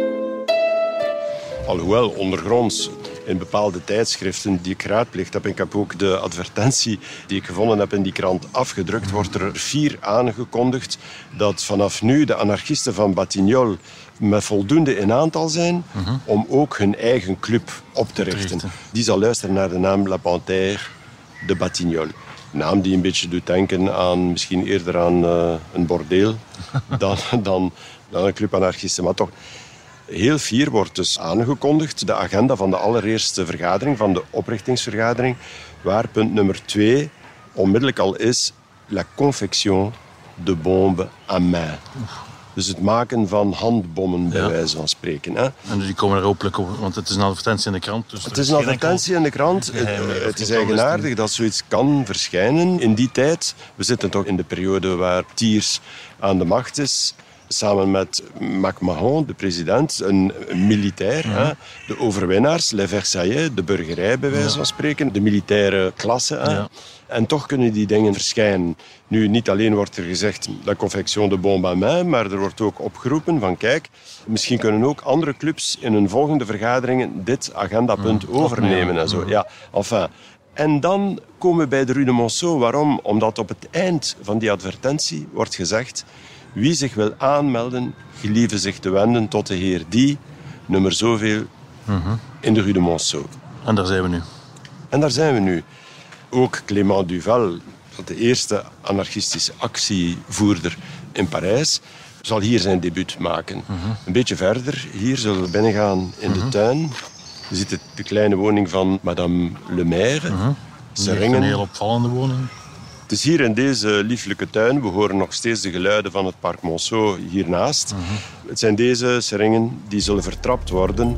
Alhoewel ondergronds in bepaalde tijdschriften die ik geraadpleegd heb. Ik heb ook de advertentie die ik gevonden heb in die krant afgedrukt. Wordt er fier aangekondigd dat vanaf nu de anarchisten van Batignolles met voldoende in aantal zijn uh-huh. om ook hun eigen club op te richten. Die zal luisteren naar de naam La Panthère de Batignolles. Een naam die een beetje doet denken aan, misschien eerder aan uh, een bordeel dan, dan, dan een club anarchisten. Maar toch, heel fier wordt dus aangekondigd de agenda van de allereerste vergadering, van de oprichtingsvergadering, waar punt nummer twee onmiddellijk al is la confection de bombes à main. Dus het maken van handbommen, bij ja. wijze van spreken. Hè. En die komen er hopelijk op, want het is een advertentie in de krant. Dus het is een advertentie in de krant. Het, het is eigenaardig dat zoiets kan verschijnen in die tijd. We zitten toch in de periode waar Thiers aan de macht is. Samen met MacMahon, de president, een militair. Ja. Hè? De overwinnaars, les Versaillais, de burgerij bij wijze ja. van spreken. De militaire klasse. Hè? Ja. En toch kunnen die dingen verschijnen. Nu, niet alleen wordt er gezegd, la confection de bombe à main, maar er wordt ook opgeroepen van, kijk, misschien kunnen ook andere clubs in hun volgende vergaderingen dit agendapunt mm. overnemen. En zo. Ja, enfin. En dan komen we bij de Rue de Monceau. Waarom? Omdat op het eind van die advertentie wordt gezegd, wie zich wil aanmelden, gelieve zich te wenden tot de heer die, nummer zoveel, mm-hmm. in de Rue de Monceau. En daar zijn we nu. En daar zijn we nu. Ook Clément Duval, de eerste anarchistische actievoerder in Parijs, zal hier zijn debuut maken. Mm-hmm. Een beetje verder, hier zullen we binnengaan in mm-hmm. de tuin. Je ziet de kleine woning van madame Le Maire. Mm-hmm. Seringen. Een heel opvallende woning. Het is hier in deze lieflijke tuin. We horen nog steeds de geluiden van het Parc Monceau hiernaast. Mm-hmm. Het zijn deze seringen die zullen vertrapt worden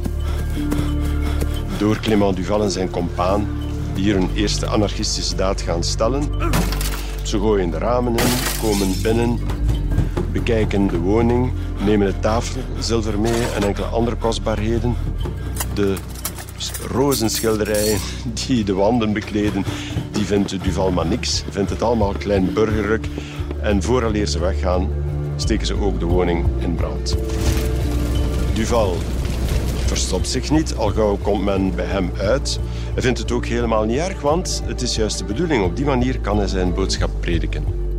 door Clément Duval en zijn compaan, die hier een eerste anarchistische daad gaan stellen. Ze gooien de ramen in, komen binnen, bekijken de woning, nemen het tafelzilver mee en enkele andere kostbaarheden. De rozenschilderijen die de wanden bekleden, die vindt Duval maar niks. Vindt het allemaal klein burgerlijk. En vooraleer ze weggaan, steken ze ook de woning in brand. Duval verstopt zich niet, al gauw komt men bij hem uit. Hij vindt het ook helemaal niet erg, want het is juist de bedoeling. Op die manier kan hij zijn boodschap prediken.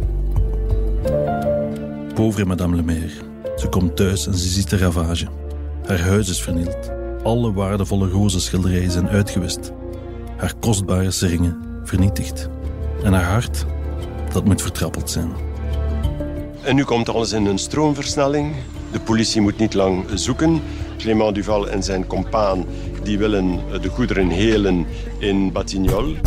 Pauvre madame Le Maire. Ze komt thuis en ze ziet de ravage. Haar huis is vernield. Alle waardevolle rozenschilderijen zijn uitgewist. Haar kostbare seringen vernietigd. En haar hart, dat moet vertrappeld zijn. En nu komt alles in een stroomversnelling. De politie moet niet lang zoeken. Clément Duval en zijn compaan die willen de goederen helen in Batignolles.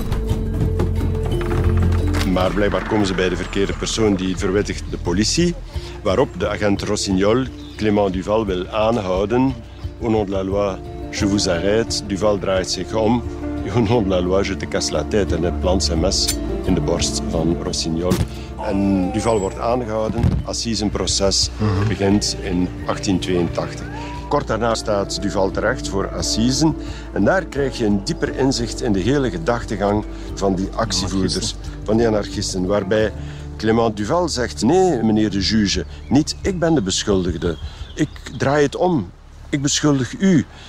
Maar blijkbaar komen ze bij de verkeerde persoon, die verwittigt de politie. Waarop de agent Rossignol Clément Duval wil aanhouden. Au nom de la loi, je vous arrête. Duval draait zich om. Au nom de la loi, je te casse la tête. En hij plant zijn mes in de borst van Rossignol. En Duval wordt aangehouden. Assisenproces begint in achttien tweeëntachtig. Kort daarna staat Duval terecht voor assisen. En daar krijg je een dieper inzicht in de hele gedachtegang van die actievoerders, van die anarchisten. Waarbij Clément Duval zegt, nee, meneer de juge, niet ik ben de beschuldigde. Ik draai het om. Ik beschuldig u.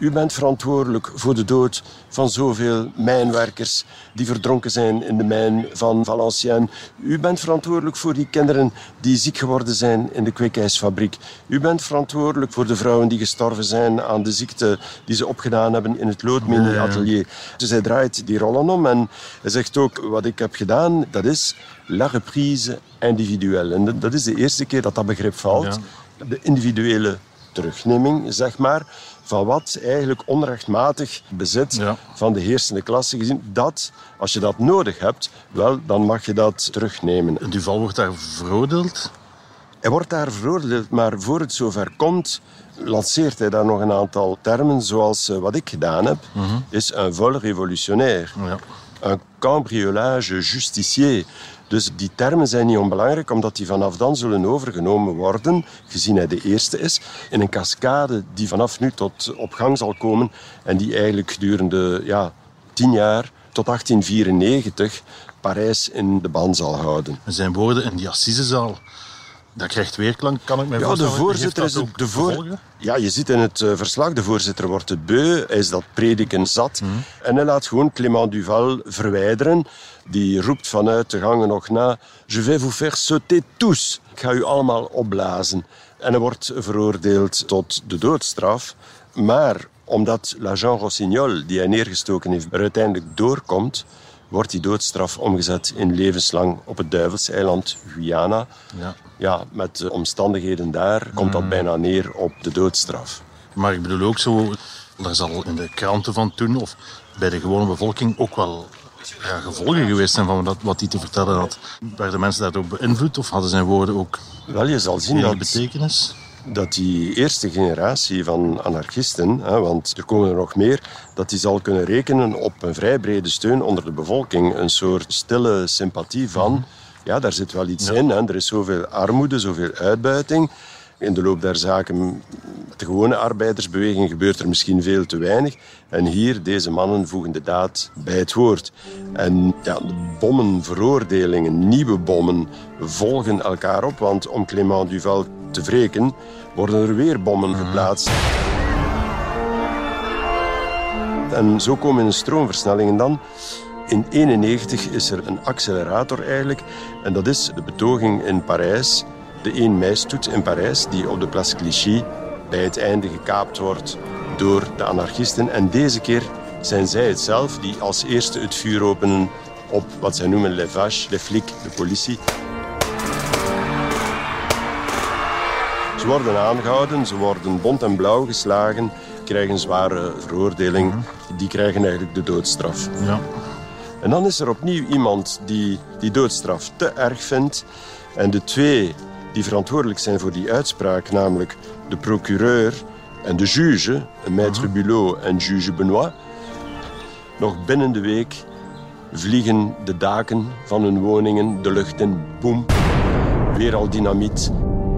U bent verantwoordelijk voor de dood van zoveel mijnwerkers die verdronken zijn in de mijn van Valenciennes. U bent verantwoordelijk voor die kinderen die ziek geworden zijn in de kweekijsfabriek. U bent verantwoordelijk voor de vrouwen die gestorven zijn aan de ziekte die ze opgedaan hebben in het loodmini-atelier. Dus hij draait die rollen om en hij zegt ook, wat ik heb gedaan, dat is la reprise individuelle. En dat is de eerste keer dat dat begrip valt. Ja. De individuele terugneming, zeg maar, van wat eigenlijk onrechtmatig bezit ja. van de heersende klasse gezien. Dat, als je dat nodig hebt, wel, dan mag je dat terugnemen. Duval wordt daar veroordeeld? Hij wordt daar veroordeeld, maar voor het zover komt, lanceert hij daar nog een aantal termen, zoals uh, wat ik gedaan heb, mm-hmm. is un vol révolutionnaire. Ja. Un cambriolage justicier. Dus die termen zijn niet onbelangrijk, omdat die vanaf dan zullen overgenomen worden, gezien hij de eerste is, in een cascade die vanaf nu tot op gang zal komen en die eigenlijk gedurende ja, tien jaar tot achttien vierennegentig Parijs in de ban zal houden. Zijn woorden in die assisezaal, dat krijgt weerklank, kan ik mij ja, voorstellen. De voorzitter is het, de voor... Ja, je ziet in het uh, verslag, de voorzitter wordt het beu, hij is dat prediken zat. Mm. En hij laat gewoon Clément Duval verwijderen. Die roept vanuit de gangen nog na, je vais vous faire sauter tous. Ik ga u allemaal opblazen. En hij wordt veroordeeld tot de doodstraf. Maar omdat l'agent Rossignol, die hij neergestoken heeft, er uiteindelijk doorkomt, wordt die doodstraf omgezet in levenslang op het Duivelseiland, Guyana. Ja. Ja, met de omstandigheden daar komt dat bijna neer op de doodstraf. Maar ik bedoel ook zo, er zal in de kranten van toen of bij de gewone bevolking ook wel ja, gevolgen geweest zijn van dat, wat hij te vertellen had. Werden mensen daardoor beïnvloed of hadden zijn woorden ook wel, je zal zien dat betekenis? Dat die eerste generatie van anarchisten, hè, want er komen er nog meer, dat die zal kunnen rekenen op een vrij brede steun onder de bevolking. Een soort stille sympathie van, ja, daar zit wel iets ja. in. Hè. Er is zoveel armoede, zoveel uitbuiting. In de loop der zaken, met de gewone arbeidersbeweging, gebeurt er misschien veel te weinig. En hier, deze mannen voegen de daad bij het woord. En ja, de bommen, veroordelingen, nieuwe bommen volgen elkaar op. Want om Clément Duval te wreken, worden er weer bommen geplaatst. En zo komen in stroomversnellingen dan. In eenennegentig is er een accelerator eigenlijk. En dat is de betoging in Parijs. De één mei-stoet in Parijs, die op de Place Clichy bij het einde gekaapt wordt door de anarchisten. En deze keer zijn zij het zelf die als eerste het vuur openen op wat zij noemen les vaches, les flics, de politie. Ze worden aangehouden, ze worden bont en blauw geslagen, krijgen een zware veroordeling. Die krijgen eigenlijk de doodstraf. Ja. En dan is er opnieuw iemand die die doodstraf te erg vindt. En de twee die verantwoordelijk zijn voor die uitspraak, namelijk de procureur en de juge, maître Bulot en juge Benoit, nog binnen de week vliegen de daken van hun woningen de lucht in. Boem, weer al dynamiet.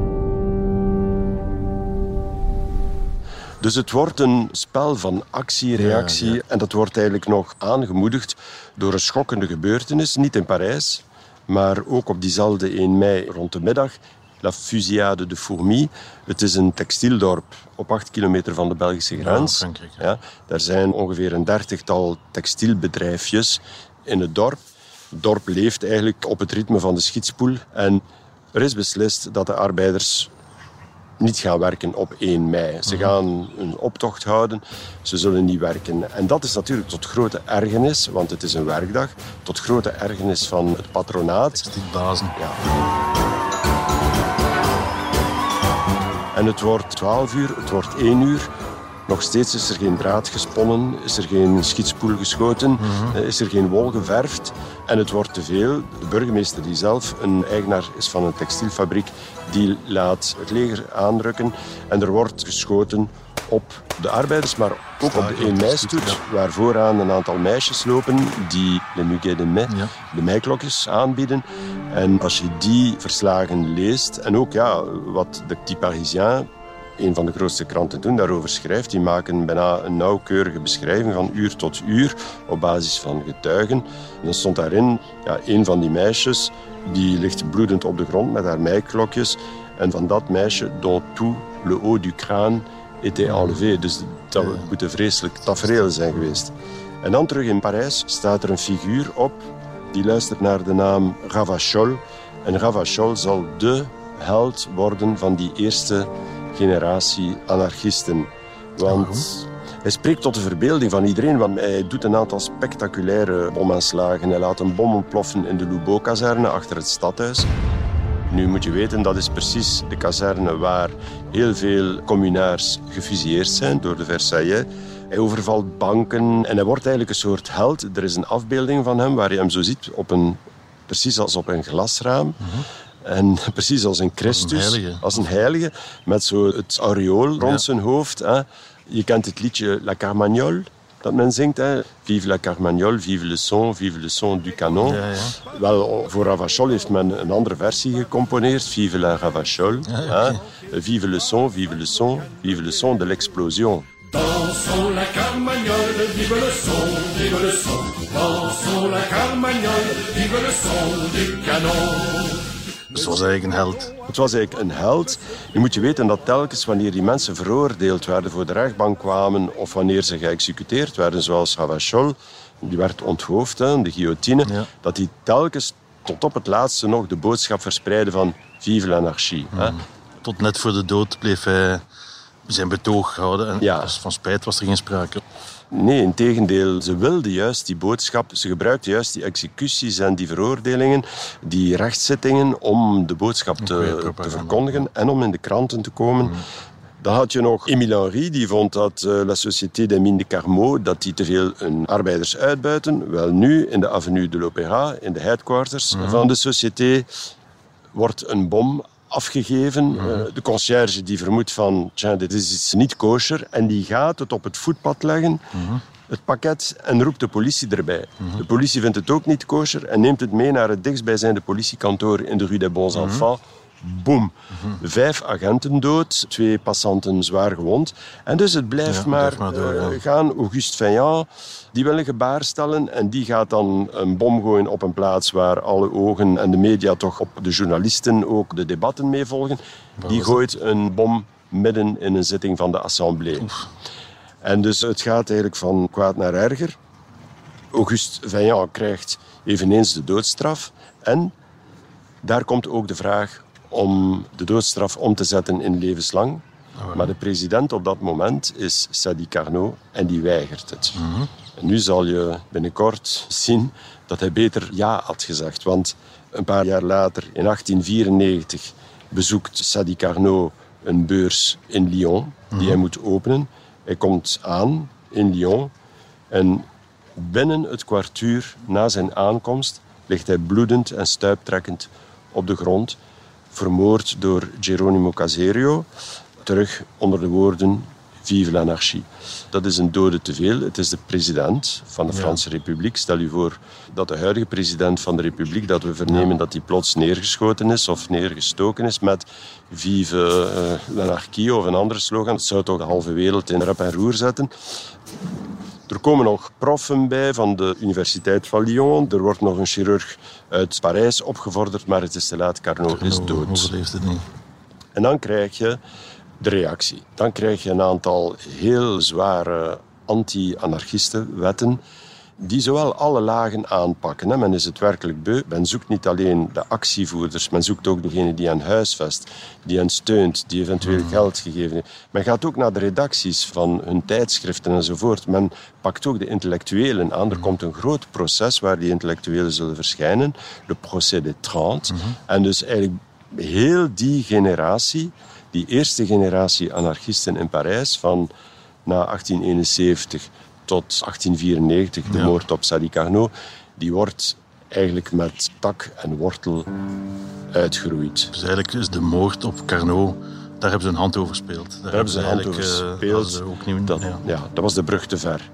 Dus het wordt een spel van actie-reactie. Ja, ja. En dat wordt eigenlijk nog aangemoedigd door een schokkende gebeurtenis. Niet in Parijs, maar ook op diezelfde één mei rond de middag. La Fusillade de Fourmies. Het is een textieldorp op acht kilometer van de Belgische grens. Ja, Frankrijk, ja. Ja, daar zijn ongeveer een dertigtal textielbedrijfjes in het dorp. Het dorp leeft eigenlijk op het ritme van de schietspoel. En er is beslist dat de arbeiders niet gaan werken op één mei. Ze gaan een optocht houden, ze zullen niet werken. En dat is natuurlijk tot grote ergernis, want het is een werkdag, tot grote ergernis van het patronaat. Textielbazen. Ja. En het wordt twaalf uur, het wordt één uur. Nog steeds is er geen draad gesponnen, is er geen schietspoel geschoten, mm-hmm. is er geen wol geverfd. En het wordt te veel. De burgemeester die zelf een eigenaar is van een textielfabriek, die laat het leger aanrukken. En er wordt geschoten op de arbeiders, maar ook op de één mei-stoet, waar vooraan een aantal meisjes lopen die Le Muguet de Mai, ja. de meiklokjes, aanbieden. En als je die verslagen leest, en ook ja, wat de Die Parisien, een van de grootste kranten toen, daarover schrijft, die maken bijna een nauwkeurige beschrijving van uur tot uur op basis van getuigen. En dan stond daarin, ja, een van die meisjes, die ligt bloedend op de grond met haar meiklokjes. En van dat meisje, dont tout le haut du crâne était enlevé. Dus dat moet een vreselijk tafereel zijn geweest. En dan terug in Parijs staat er een figuur op die luistert naar de naam Ravachol. En Ravachol zal de held worden van die eerste generatie anarchisten. Want hij spreekt tot de verbeelding van iedereen, want hij doet een aantal spectaculaire bomaanslagen. Hij laat een bom ontploffen in de Loubeau-kazerne achter het stadhuis. Nu moet je weten, dat is precies de kazerne waar heel veel communaars gefusilleerd zijn door de Versaillais. Hij overvalt banken en hij wordt eigenlijk een soort held. Er is een afbeelding van hem waar je hem zo ziet, op een, precies als op een glasraam. Mm-hmm. En precies als een Christus, als een heilige, als een heilige met zo het aureool rond ja. zijn hoofd. Hè. Je kent het liedje La Carmagnole, dat men zingt. Hè. Vive la Carmagnole, vive le son, vive le son du canon. Ja, ja. Wel, voor Ravachol heeft men een andere versie gecomponeerd. Vive la Ravachol. Ja, okay. Vive le son, vive le son, vive le son de l'explosion. Dansons la Carmagnole, vive le son, vive le son. Dansons la Carmagnole, vive le son du canon. Dus het was eigenlijk een held. Het was eigenlijk een held. Nu moet je weten dat telkens wanneer die mensen veroordeeld werden, voor de rechtbank kwamen of wanneer ze geëxecuteerd werden, zoals Ravachol, die werd onthoofd, hè, de guillotine, ja. dat die telkens tot op het laatste nog de boodschap verspreidde van vive l'anarchie. Mm. Hè. Tot net voor de dood bleef hij zijn betoog houden en ja. dus van spijt was er geen sprake. Nee, integendeel. Ze wilden juist die boodschap, ze gebruikten juist die executies en die veroordelingen, die rechtszittingen om de boodschap te, te verkondigen en om in de kranten te komen. Mm. Dan had je nog Émile Henry, die vond dat uh, La Société des Mines de Carmaux, dat die te veel hun arbeiders uitbuiten. Wel nu, in de Avenue de l'Opéra, in de headquarters mm. van de Société, wordt een bom afgegeven. Mm-hmm. Uh, de conciërge die vermoedt van, tja, dit is iets niet kosher, en die gaat het op het voetpad leggen, mm-hmm. het pakket, en roept de politie erbij. Mm-hmm. De politie vindt het ook niet kosher en neemt het mee naar het dichtstbijzijnde politiekantoor in de Rue des Bons Enfants. Mm-hmm. Boom. Mm-hmm. Vijf agenten dood, twee passanten zwaar gewond. En dus het blijft ja, maar, maar door, ja. uh, gaan. Auguste Vaillant, die wil een gebaar stellen en die gaat dan een bom gooien op een plaats waar alle ogen en de media toch op de journalisten ook de debatten mee volgen. Die gooit een bom midden in een zitting van de Assemblée. Oef. En dus het gaat eigenlijk van kwaad naar erger. Auguste Vaillant krijgt eveneens de doodstraf. En daar komt ook de vraag om de doodstraf om te zetten in levenslang. Oh, maar de president op dat moment is Sadi Carnot en die weigert het. Mm-hmm. En nu zal je binnenkort zien dat hij beter ja had gezegd. Want een paar jaar later, in achttien vierennegentig, bezoekt Sadi Carnot een beurs in Lyon die mm-hmm. hij moet openen. Hij komt aan in Lyon en binnen het kwartuur na zijn aankomst ligt hij bloedend en stuiptrekkend op de grond, vermoord door Geronimo Caserio, terug onder de woorden Vive l'anarchie. Dat is een dode te veel. Het is de president van de Franse ja. Republiek. Stel u voor dat de huidige president van de Republiek, dat we vernemen ja. dat hij plots neergeschoten is of neergestoken is met Vive uh, l'anarchie of een andere slogan. Dat zou toch de halve wereld in rep en roer zetten. Er komen nog proffen bij van de Universiteit van Lyon. Er wordt nog een chirurg uit Parijs opgevorderd, maar het is te laat. Carnot is dood. Overleeft het niet. En dan krijg je de reactie. Dan krijg je een aantal heel zware anti-anarchistenwetten die zowel alle lagen aanpakken. Hè. Men is het werkelijk beu. Men zoekt niet alleen de actievoerders, men zoekt ook degene die hen huisvest, die hen steunt, die eventueel mm. geld gegeven heeft. Men gaat ook naar de redacties van hun tijdschriften enzovoort. Men pakt ook de intellectuelen aan. Er komt een groot proces waar die intellectuelen zullen verschijnen. Le procès des trente. Mm-hmm. En dus eigenlijk heel die generatie, die eerste generatie anarchisten in Parijs, van na achttien eenenzeventig tot achttien vierennegentig, de ja. moord op Sadi Carnot, die wordt eigenlijk met tak en wortel uitgeroeid. Dus eigenlijk is de moord op Carnot, daar hebben ze een hand over gespeeld. Daar, daar hebben ze een hand over gespeeld. Uh, ook niet, dat, ja. ja, dat was de brug te ver.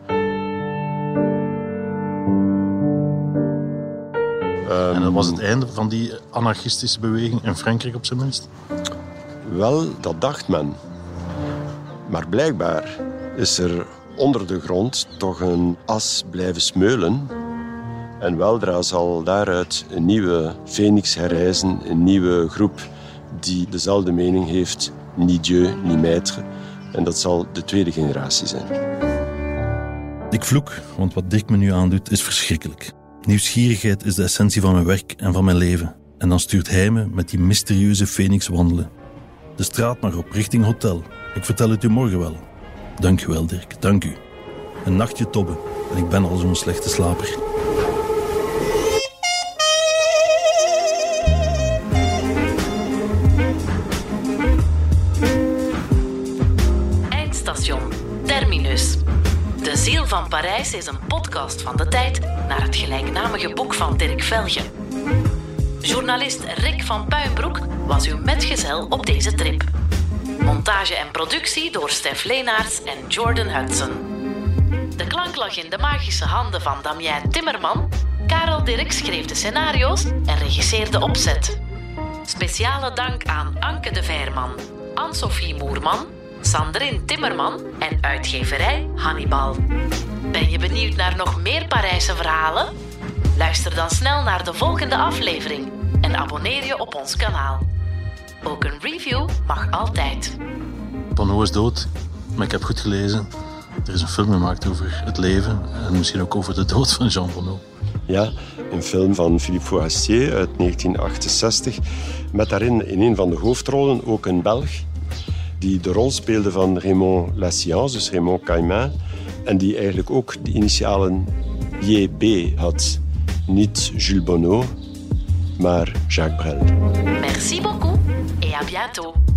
Um, en dat was het einde van die anarchistische beweging in Frankrijk op zijn minst? Wel, dat dacht men. Maar blijkbaar is er onder de grond toch een as blijven smeulen. En weldra zal daaruit een nieuwe Phoenix herrijzen, een nieuwe groep die dezelfde mening heeft, ni Dieu, ni maître. En dat zal de tweede generatie zijn. Ik vloek, want wat Dirk me nu aandoet is verschrikkelijk. Nieuwsgierigheid is de essentie van mijn werk en van mijn leven. En dan stuurt hij me met die mysterieuze Phoenix wandelen. De straat maar op, richting hotel. Ik vertel het u morgen wel. Dank u wel, Dirk, dank u. Een nachtje tobben en ik ben al zo'n slechte slaper. Eindstation Terminus. De Ziel van Parijs is een podcast van de tijd naar het gelijknamige boek van Dirk Velge. Journalist Rick van Puinbroek was uw metgezel op deze trip. Montage en productie door Stef Leenaerts en Jordan Hudson. De klank lag in de magische handen van Damien Timmerman. Karel Dirk schreef de scenario's en regisseerde opzet. Speciale dank aan Anke de Veerman, Anne-Sophie Moerman, Sandrine Timmerman en uitgeverij Hannibal. Ben je benieuwd naar nog meer Parijse verhalen? Luister dan snel naar de volgende aflevering en abonneer je op ons kanaal. Ook een review mag altijd. Bonneau is dood, maar ik heb goed gelezen. Er is een film gemaakt over het leven en misschien ook over de dood van Jean Bonneau. Ja, een film van Philippe Fourastier uit negentien achtenzestig. Met daarin in een van de hoofdrollen ook een Belg die de rol speelde van Raymond Lassiance, dus Raymond Caïman. En die eigenlijk ook de initialen J B had. Niet Jules Bonneau, maar Jacques Brel. Merci beaucoup et à bientôt.